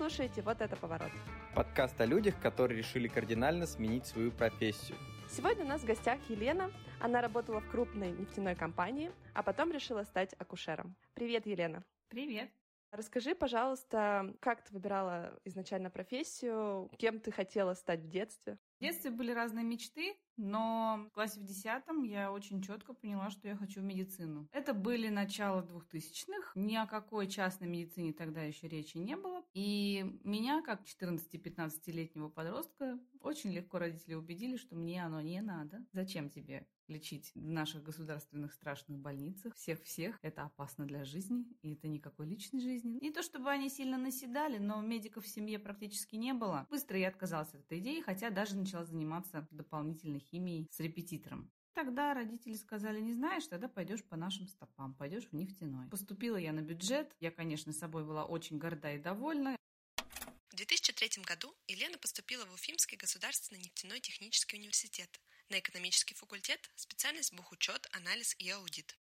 слушаете «Вот это поворот». Подкаст о людях, которые решили кардинально сменить свою профессию. Сегодня у нас в гостях Елена. Она работала в крупной нефтяной компании, а потом решила стать акушером. Привет, Елена. Привет. Расскажи, пожалуйста, как ты выбирала изначально профессию, кем ты хотела стать в детстве? В детстве были разные мечты, но в классе в 10 я очень четко поняла, что я хочу в медицину. Это были начало 2000-х, ни о какой частной медицине тогда еще речи не было. И меня, как 14-15-летнего подростка, очень легко родители убедили, что мне оно не надо. Зачем тебе лечить в наших государственных страшных больницах всех-всех? Это опасно для жизни, и это никакой личной жизни. Не то чтобы они сильно наседали, но медиков в семье практически не было. Быстро я отказалась от этой идеи, хотя даже начала заниматься дополнительной химией с репетитором. Тогда родители сказали: не знаешь, тогда пойдешь по нашим стопам, пойдешь в нефтяной. Поступила я на бюджет. Я, конечно, собой была очень горда и довольна. В 2003 году Елена поступила в Уфимский государственный нефтяной технический университет на экономический факультет, специальность бухучет, анализ и аудит.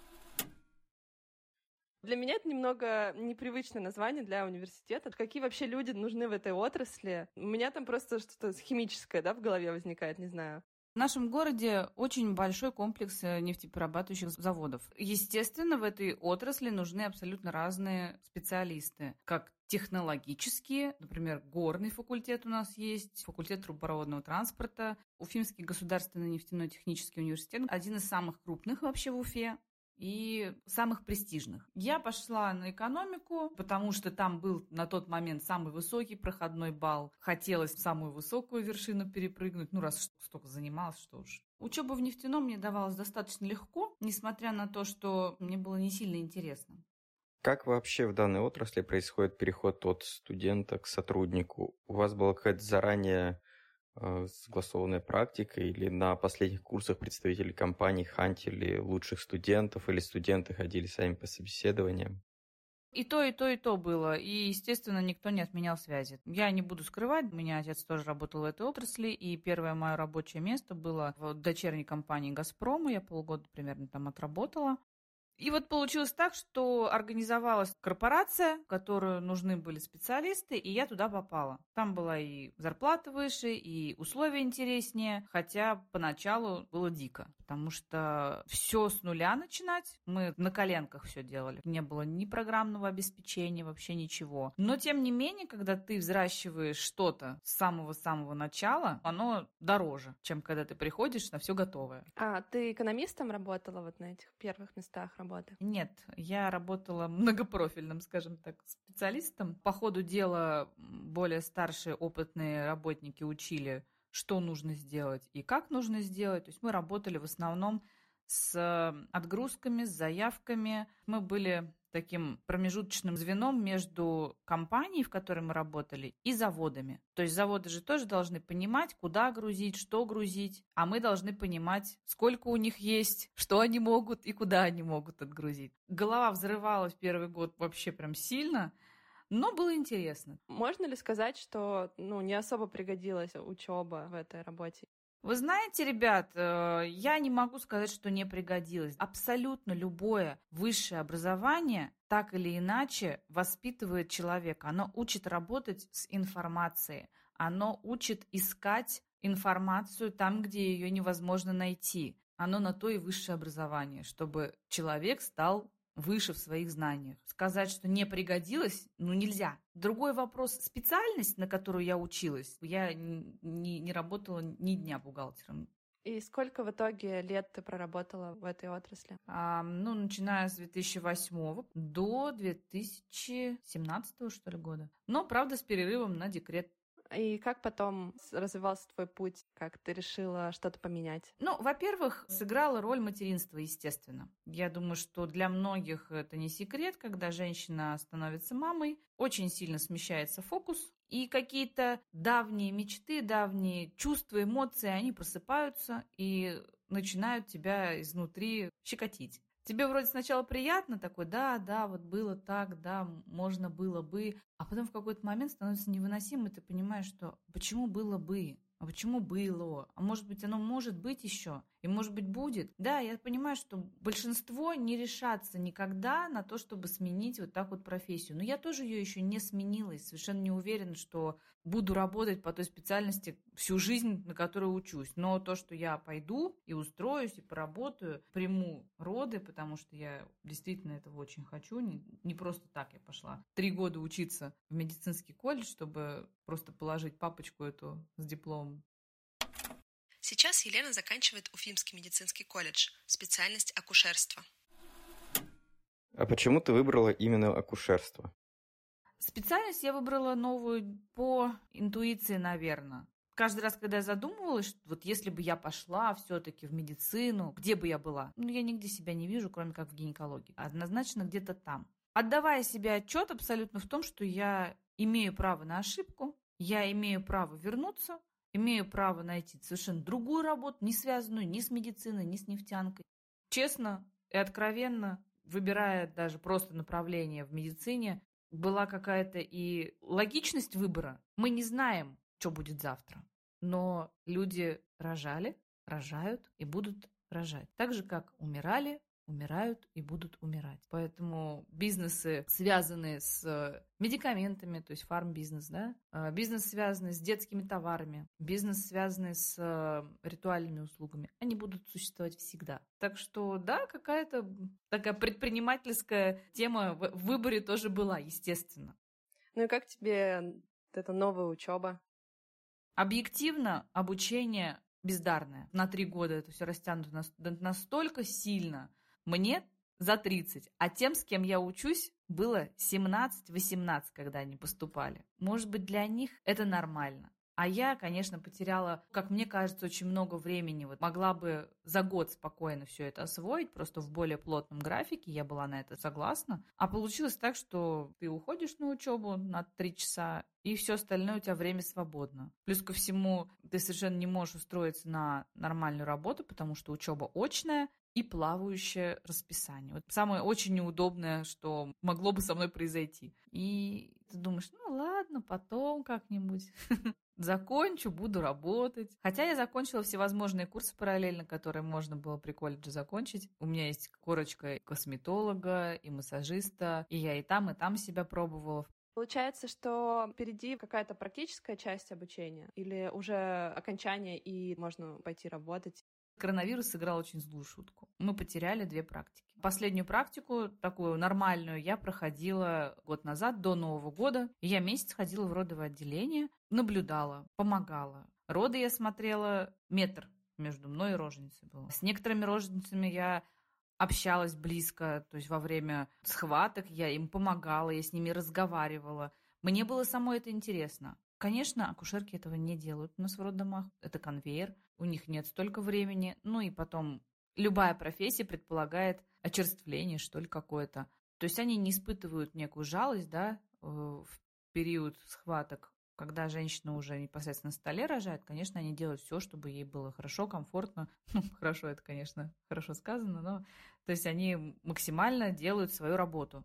Для меня это немного непривычное название для университета. Какие вообще люди нужны в этой отрасли? У меня там просто что-то химическое, в голове возникает, не знаю. В нашем городе очень большой комплекс нефтеперерабатывающих заводов. Естественно, в этой отрасли нужны абсолютно разные специалисты, как технологические, например, горный факультет у нас есть, факультет трубопроводного транспорта, Уфимский государственный нефтяной технический университет, один из самых крупных вообще в Уфе и самых престижных. Я пошла на экономику, потому что там был на тот момент самый высокий проходной балл. Хотелось в самую высокую вершину перепрыгнуть. Раз столько занималась, что уж. Учеба в нефтяном мне давалась достаточно легко, несмотря на то, что мне было не сильно интересно. Как вообще в данной отрасли происходит переход от студента к сотруднику? У вас была какая-то заранее согласованная практика, или на последних курсах представители компаний хантили лучших студентов, или студенты ходили сами по собеседованиям? И то было. И, естественно, никто не отменял связи. Я не буду скрывать, у меня отец тоже работал в этой отрасли, и первое мое рабочее место было в дочерней компании «Газпрома». Я полгода примерно там отработала. И получилось так, что организовалась корпорация, в которую нужны были специалисты, и я туда попала. Там была и зарплата выше, и условия интереснее, хотя поначалу было дико, потому что все с нуля начинать, мы на коленках все делали. Не было ни программного обеспечения, вообще ничего. Но, тем не менее, когда ты взращиваешь что-то с самого-самого начала, оно дороже, чем когда ты приходишь на все готовое. А ты экономистом работала на этих первых местах работы? Нет, я работала многопрофильным, скажем так, специалистом. По ходу дела более старшие опытные работники учили, что нужно сделать и как нужно сделать. То есть мы работали в основном с отгрузками, с заявками. Мы были таким промежуточным звеном между компанией, в которой мы работали, и заводами. То есть заводы же тоже должны понимать, куда грузить, что грузить, а мы должны понимать, сколько у них есть, что они могут и куда они могут отгрузить. Голова взрывалась первый год вообще прям сильно, но было интересно. Можно ли сказать, что не особо пригодилась учеба в этой работе? Вы знаете, ребят, я не могу сказать, что не пригодилось. Абсолютно любое высшее образование так или иначе воспитывает человека. Оно учит работать с информацией. Оно учит искать информацию там, где ее невозможно найти. Оно на то и высшее образование, чтобы человек стал выше в своих знаниях. Сказать, что не пригодилось, нельзя. Другой вопрос: специальность, на которую я училась, я не работала ни дня бухгалтером. И сколько в итоге лет ты проработала в этой отрасли? Начиная с 2008 до 2017, что ли, года. Но, правда, с перерывом на декрет. И как потом развивался твой путь? Как ты решила что-то поменять? Во-первых, сыграла роль материнства, естественно. Я думаю, что для многих это не секрет, когда женщина становится мамой, очень сильно смещается фокус, и какие-то давние мечты, давние чувства, эмоции, они просыпаются и начинают тебя изнутри щекотить. Тебе вроде сначала приятно, такой, да, было так, да, можно было бы. А потом в какой-то момент становится невыносимо, и ты понимаешь, что почему было бы, а почему было, а может быть оно может быть еще. И, может быть, будет. Да, я понимаю, что большинство не решатся никогда на то, чтобы сменить вот так вот профессию. Но я тоже ее еще не сменила и совершенно не уверена, что буду работать по той специальности всю жизнь, на которой учусь. Но то, что я пойду и устроюсь, и поработаю, приму роды, потому что я действительно этого очень хочу. Не просто так я пошла 3 года учиться в медицинский колледж, чтобы просто положить папочку эту с дипломом. Сейчас Елена заканчивает Уфимский медицинский колледж, специальность акушерство. А почему ты выбрала именно акушерство? Специальность я выбрала новую по интуиции, наверное. Каждый раз, когда я задумывалась, что вот если бы я пошла все-таки в медицину, где бы я была? Я нигде себя не вижу, кроме как в гинекологии. Однозначно где-то там. Отдавая себе отчет абсолютно в том, что я имею право на ошибку, я имею право вернуться, имею право найти совершенно другую работу, не связанную ни с медициной, ни с нефтянкой. Честно и откровенно, выбирая даже просто направление в медицине, была какая-то и логичность выбора. Мы не знаем, что будет завтра. Но люди рожали, рожают и будут рожать. Так же, как умирали, умирают и будут умирать. Поэтому бизнесы, связанные с медикаментами, то есть фармбизнес, да, бизнес, связанный с детскими товарами, бизнес, связанный с ритуальными услугами, они будут существовать всегда. Так что, да, какая-то такая предпринимательская тема в выборе тоже была, естественно. Ну и как тебе эта новая учеба? Объективно обучение бездарное. На 3 года это все растянуто настолько сильно. Мне за 30, а тем, с кем я учусь, было 17-18, когда они поступали. Может быть, для них это нормально. А я, конечно, потеряла, как мне кажется, очень много времени. Вот могла бы за год спокойно все это освоить, просто в более плотном графике, я была на это согласна. А получилось так, что ты уходишь на учебу на 3 часа, и все остальное у тебя время свободно. Плюс ко всему, ты совершенно не можешь устроиться на нормальную работу, потому что учеба очная и плавающее расписание. Вот самое очень неудобное, что могло бы со мной произойти. И ты думаешь, ну ладно, потом как-нибудь закончу, буду работать. Хотя я закончила всевозможные курсы параллельно, которые можно было при колледже закончить. У меня есть корочка косметолога и массажиста, и я и там себя пробовала. Получается, что впереди какая-то практическая часть обучения или уже окончание и можно пойти работать? Коронавирус сыграл очень злую шутку. Мы потеряли 2 практики. Последнюю практику, такую нормальную, я проходила год назад, до Нового года. Я месяц ходила в родовое отделение, наблюдала, помогала. Роды я смотрела, метр между мной и роженицей был. С некоторыми роженицами я общалась близко, то есть во время схваток я им помогала, я с ними разговаривала. Мне было самой это интересно. Конечно, акушерки этого не делают у нас в роддомах. Это конвейер, у них нет столько времени. Ну и потом любая профессия предполагает очерствление, что ли, какое-то. То есть они не испытывают некую жалость, да, в период схваток. Когда женщина уже непосредственно на столе рожает, конечно, они делают все, чтобы ей было хорошо, комфортно. Ну, хорошо, это, конечно, хорошо сказано, но то есть они максимально делают свою работу.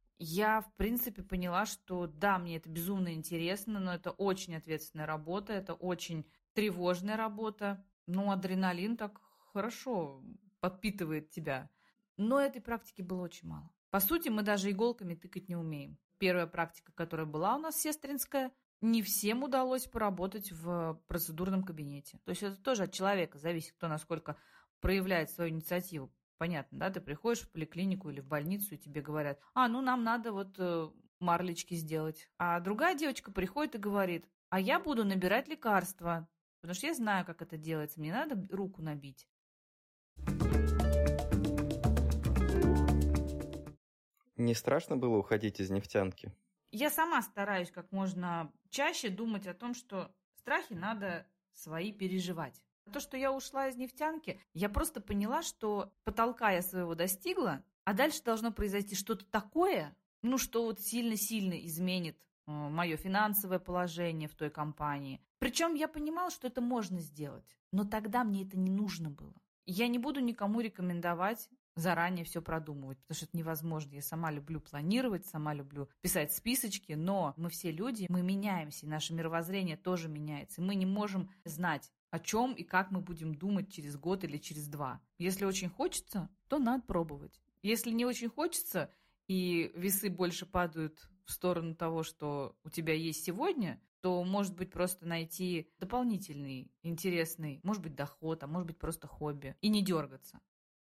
Я, в принципе, поняла, что да, мне это безумно интересно, но это очень ответственная работа, это очень тревожная работа. Ну, адреналин так хорошо подпитывает тебя. Но этой практики было очень мало. По сути, мы даже иголками тыкать не умеем. Первая практика, которая была у нас сестринская, не всем удалось поработать в процедурном кабинете. То есть это тоже от человека зависит, кто насколько проявляет свою инициативу. Понятно, да? Ты приходишь в поликлинику или в больницу, и тебе говорят, ну нам надо вот марлечки сделать. А другая девочка приходит и говорит, а я буду набирать лекарства, потому что я знаю, как это делается, мне надо руку набить. Не страшно было уходить из нефтянки? Я сама стараюсь как можно чаще думать о том, что страхи надо свои переживать. То, что я ушла из нефтянки, я просто поняла, что потолка я своего достигла, а дальше должно произойти что-то такое, что вот сильно-сильно изменит мое финансовое положение в той компании. Причем я понимала, что это можно сделать, но тогда мне это не нужно было. Я не буду никому рекомендовать заранее все продумывать, потому что это невозможно. Я сама люблю планировать, сама люблю писать списочки, но мы все люди, мы меняемся, и наше мировоззрение тоже меняется. И мы не можем знать, о чем и как мы будем думать через год или через 2. Если очень хочется, то надо пробовать. Если не очень хочется, и весы больше падают в сторону того, что у тебя есть сегодня, то, может быть, просто найти дополнительный, интересный, может быть, доход, а может быть, просто хобби, и не дергаться.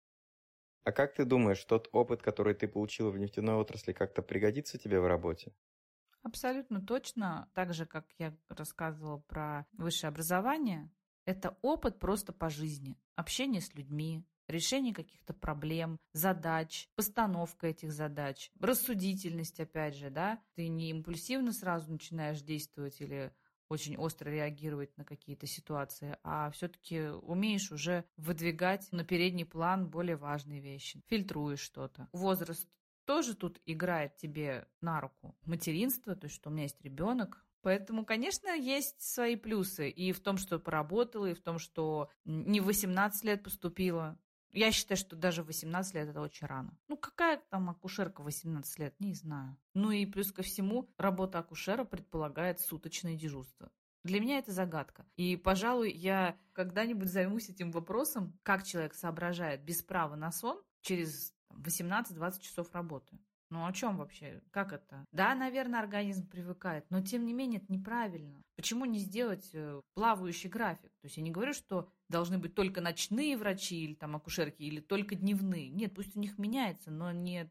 А как ты думаешь, тот опыт, который ты получила в нефтяной отрасли, как-то пригодится тебе в работе? Абсолютно точно. Так же, как я рассказывала про высшее образование, это опыт просто по жизни. Общение с людьми, решение каких-то проблем, задач, постановка этих задач, рассудительность, опять же, да. Ты не импульсивно сразу начинаешь действовать или очень остро реагировать на какие-то ситуации, а все-таки умеешь уже выдвигать на передний план более важные вещи, фильтруешь что-то. Возраст тоже тут играет тебе на руку. Материнство, то есть что у меня есть ребенок. Поэтому, конечно, есть свои плюсы и в том, что поработала, и в том, что не в 18 лет поступила. Я считаю, что даже в 18 лет это очень рано. Ну, какая там акушерка в 18 лет, не знаю. Ну и плюс ко всему, работа акушера предполагает суточное дежурство. Для меня это загадка. И, пожалуй, я когда-нибудь займусь этим вопросом, как человек соображает без права на сон через 18-20 часов работы. Ну о чем вообще? Как это? Да, наверное, организм привыкает, но тем не менее это неправильно. Почему не сделать плавающий график? То есть я не говорю, что должны быть только ночные врачи или там акушерки, или только дневные. Нет, пусть у них меняется, но не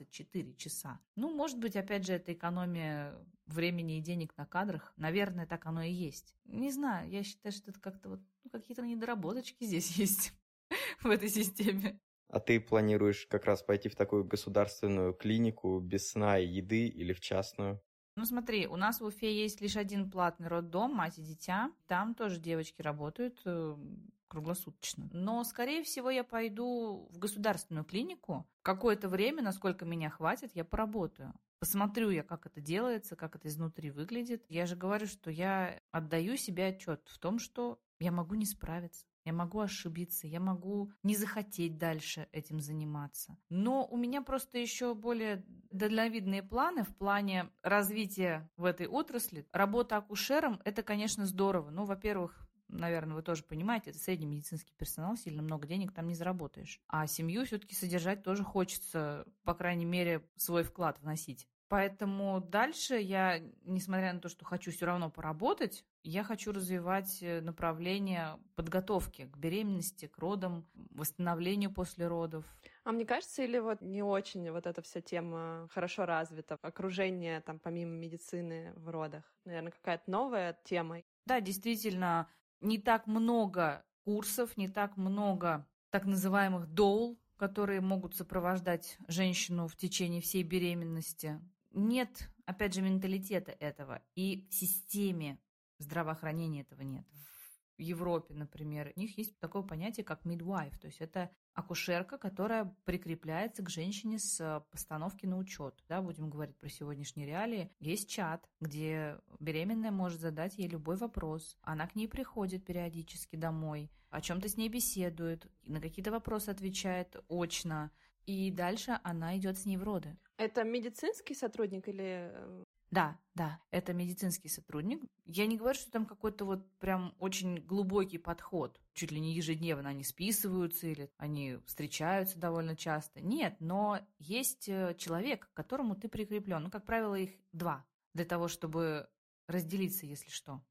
24 часа. Ну, может быть, опять же, это экономия времени и денег на кадрах. Наверное, так оно и есть. Не знаю, я считаю, что это как-то вот какие-то недоработочки здесь есть в этой системе. А ты планируешь как раз пойти в такую государственную клинику без сна и еды или в частную? Ну смотри, у нас в Уфе есть лишь один платный роддом, мать и дитя. Там тоже девочки работают круглосуточно. Но, скорее всего, я пойду в государственную клинику. Какое-то время, насколько меня хватит, я поработаю. Посмотрю я, как это делается, как это изнутри выглядит. Я же говорю, что я отдаю себе отчет в том, что я могу не справиться. Я могу ошибиться, я могу не захотеть дальше этим заниматься. Но у меня просто еще более дальновидные планы в плане развития в этой отрасли. Работа акушером – это, конечно, здорово. Ну, во-первых, наверное, вы тоже понимаете, это средний медицинский персонал, сильно много денег там не заработаешь. А семью все-таки содержать тоже хочется, по крайней мере, свой вклад вносить. Поэтому дальше я, несмотря на то, что хочу все равно поработать, я хочу развивать направление подготовки к беременности, к родам, восстановлению после родов. А мне кажется, или вот не очень вот эта вся тема хорошо развита, окружение там помимо медицины в родах? Наверное, какая-то новая тема. Да, действительно, не так много курсов, не так много так называемых доул, которые могут сопровождать женщину в течение всей беременности. Нет, опять же, менталитета этого. И в системе здравоохранения этого нет. В Европе, например, у них есть такое понятие, как midwife. То есть это акушерка, которая прикрепляется к женщине с постановки на учет. Да, будем говорить про сегодняшние реалии. Есть чат, где беременная может задать ей любой вопрос. Она к ней приходит периодически домой, о чем-то с ней беседует, на какие-то вопросы отвечает очно. И дальше она идет с ней в роды. Это медицинский сотрудник или... Да, это медицинский сотрудник. Я не говорю, что там какой-то вот прям очень глубокий подход. Чуть ли не ежедневно они списываются или они встречаются довольно часто. Нет, но есть человек, к которому ты прикреплен. Ну, как правило, их 2 для того, чтобы разделиться, если что.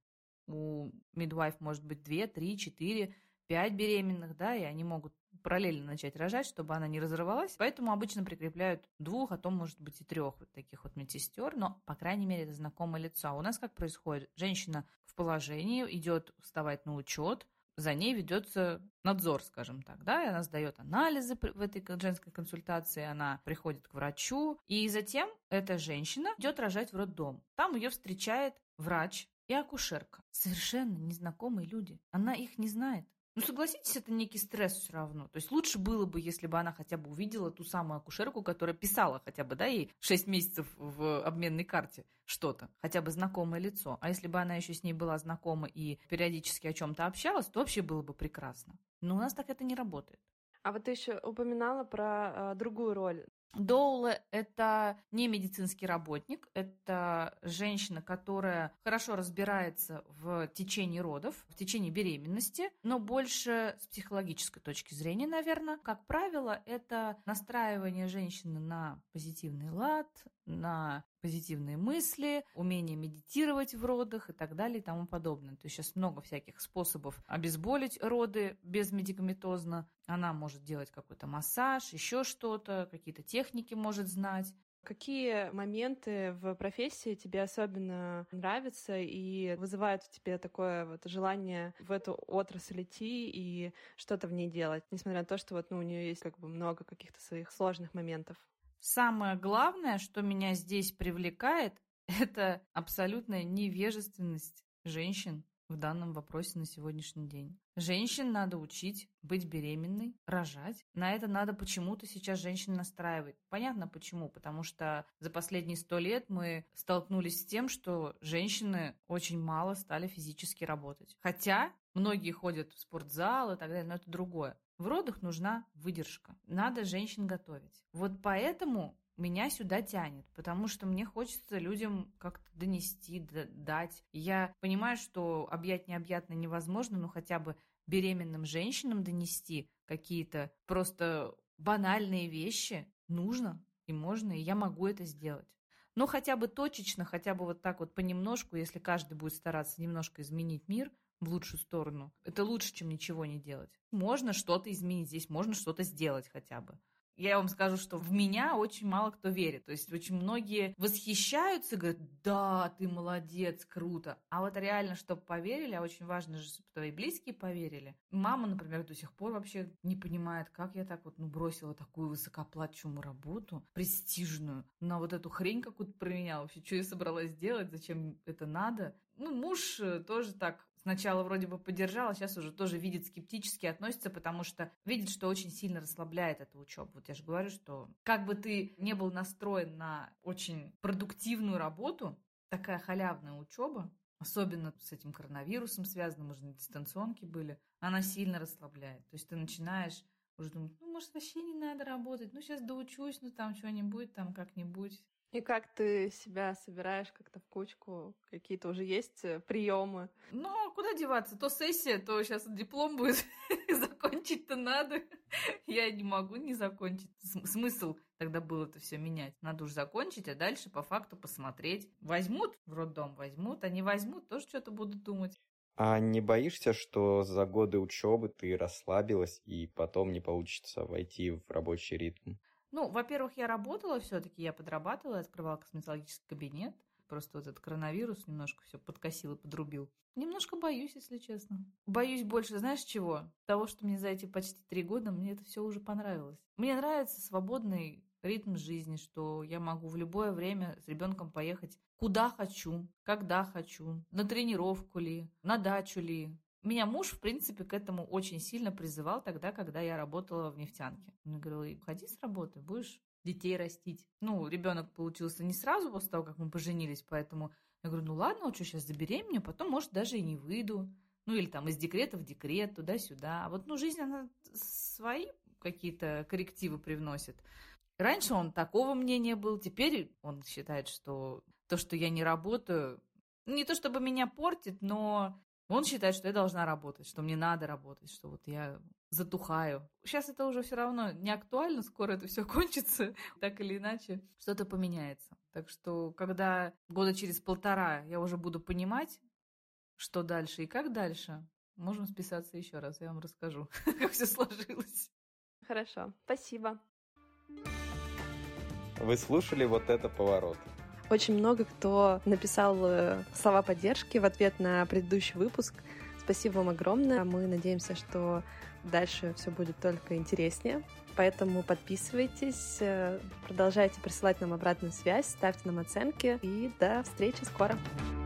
У midwife может быть 2, 3, 4, 5 беременных, да, и они могут параллельно начать рожать, чтобы она не разорвалась. Поэтому обычно прикрепляют 2, а то, может быть, и 3 вот таких вот медсестер, но, по крайней мере, это знакомое лицо. А у нас как происходит? Женщина в положении идет вставать на учет, за ней ведется надзор, скажем так, да, и она сдает анализы в этой женской консультации, она приходит к врачу, и затем эта женщина идет рожать в роддом. Там ее встречает врач и акушерка. Совершенно незнакомые люди. Она их не знает. Ну, согласитесь, это некий стресс все равно. То есть лучше было бы, если бы она хотя бы увидела ту самую акушерку, которая писала хотя бы, да, ей 6 месяцев в обменной карте что-то, хотя бы знакомое лицо. А если бы она еще с ней была знакома и периодически о чем-то общалась, то вообще было бы прекрасно. Но у нас так это не работает. А вот ты еще упоминала про другую роль. Доула – это не медицинский работник, это женщина, которая хорошо разбирается в течение родов, в течение беременности, но больше с психологической точки зрения, наверное. Как правило, это настраивание женщины на позитивный лад, на позитивные мысли, умение медитировать в родах и так далее и тому подобное. То есть сейчас много всяких способов обезболить роды безмедикаментозно. Она может делать какой-то массаж, еще что-то, какие-то техники может знать. Какие моменты в профессии тебе особенно нравятся и вызывают в тебе такое вот желание в эту отрасль идти и что-то в ней делать, несмотря на то, что вот, у нее есть как бы много каких-то своих сложных моментов? Самое главное, что меня здесь привлекает, это абсолютная невежественность женщин в данном вопросе на сегодняшний день. Женщин надо учить быть беременной, рожать. На это надо почему-то сейчас женщин настраивать. Понятно почему. Потому что за последние 100 лет мы столкнулись с тем, что женщины очень мало стали физически работать. Хотя многие ходят в спортзал и так далее, но это другое. В родах нужна выдержка. Надо женщин готовить. Вот поэтому меня сюда тянет, потому что мне хочется людям как-то донести, дать. Я понимаю, что объять необъятно невозможно, но хотя бы беременным женщинам донести какие-то просто банальные вещи нужно и можно, и я могу это сделать. Но хотя бы точечно, хотя бы вот так вот понемножку, если каждый будет стараться немножко изменить мир в лучшую сторону, это лучше, чем ничего не делать. Можно что-то изменить здесь, можно что-то сделать хотя бы. Я вам скажу, что в меня очень мало кто верит. То есть очень многие восхищаются, говорят, да, ты молодец, круто. А вот реально, чтобы поверили, а очень важно же, чтобы твои близкие поверили. Мама, например, до сих пор вообще не понимает, как я так вот бросила такую высокооплачиваемую работу, престижную, на вот эту хрень какую-то променяла. Вообще, что я собралась делать, зачем это надо? Муж тоже так сначала вроде бы поддержал, а сейчас уже тоже видит, скептически относится, потому что видит, что очень сильно расслабляет эта учеба. Вот я же говорю, что как бы ты не был настроен на очень продуктивную работу, такая халявная учеба, особенно с этим коронавирусом связанным, уже на дистанционке были, она сильно расслабляет. То есть ты начинаешь уже думать, может, вообще не надо работать, сейчас доучусь, там что-нибудь, там как-нибудь. И как ты себя собираешь как-то в кучку? Какие-то уже есть приемы? Куда деваться? То сессия, то сейчас диплом будет. Закончить-то надо. Я не могу не закончить. Смысл тогда был это все менять? Надо уж закончить, а дальше по факту посмотреть. Возьмут в роддом, возьмут, а не возьмут, тоже что-то будут думать. А не боишься, что за годы учебы ты расслабилась и потом не получится войти в рабочий ритм? Во-первых, я работала все-таки, я подрабатывала, я открывала косметологический кабинет. Просто вот этот коронавирус немножко все подкосил и подрубил. Немножко боюсь, если честно. Боюсь больше, знаешь чего? Того, что мне за эти почти 3 года, мне это все уже понравилось. Мне нравится свободный ритм жизни, что я могу в любое время с ребенком поехать куда хочу, когда хочу, на тренировку ли, на дачу ли. Меня муж, в принципе, к этому очень сильно призывал тогда, когда я работала в нефтянке. Он говорил, уходи с работы, будешь детей растить. Ребенок получился не сразу после того, как мы поженились, поэтому я говорю, ладно, сейчас забеременею, потом, может, даже и не выйду. Или там из декрета в декрет, туда-сюда. А вот, жизнь, она свои какие-то коррективы привносит. Раньше он такого мнения был, теперь он считает, что то, что я не работаю, не то чтобы меня портит, но он считает, что я должна работать, что мне надо работать, что вот я затухаю. Сейчас это уже все равно не актуально, скоро это все кончится, так или иначе что-то поменяется. Так что, когда года через 1,5 я уже буду понимать, что дальше и как дальше, можем списаться еще раз, я вам расскажу, как все сложилось. Хорошо, спасибо. Вы слушали «Вот это поворот». Очень много кто написал слова поддержки в ответ на предыдущий выпуск. Спасибо вам огромное. Мы надеемся, что дальше все будет только интереснее. Поэтому подписывайтесь, продолжайте присылать нам обратную связь, ставьте нам оценки и до встречи скоро.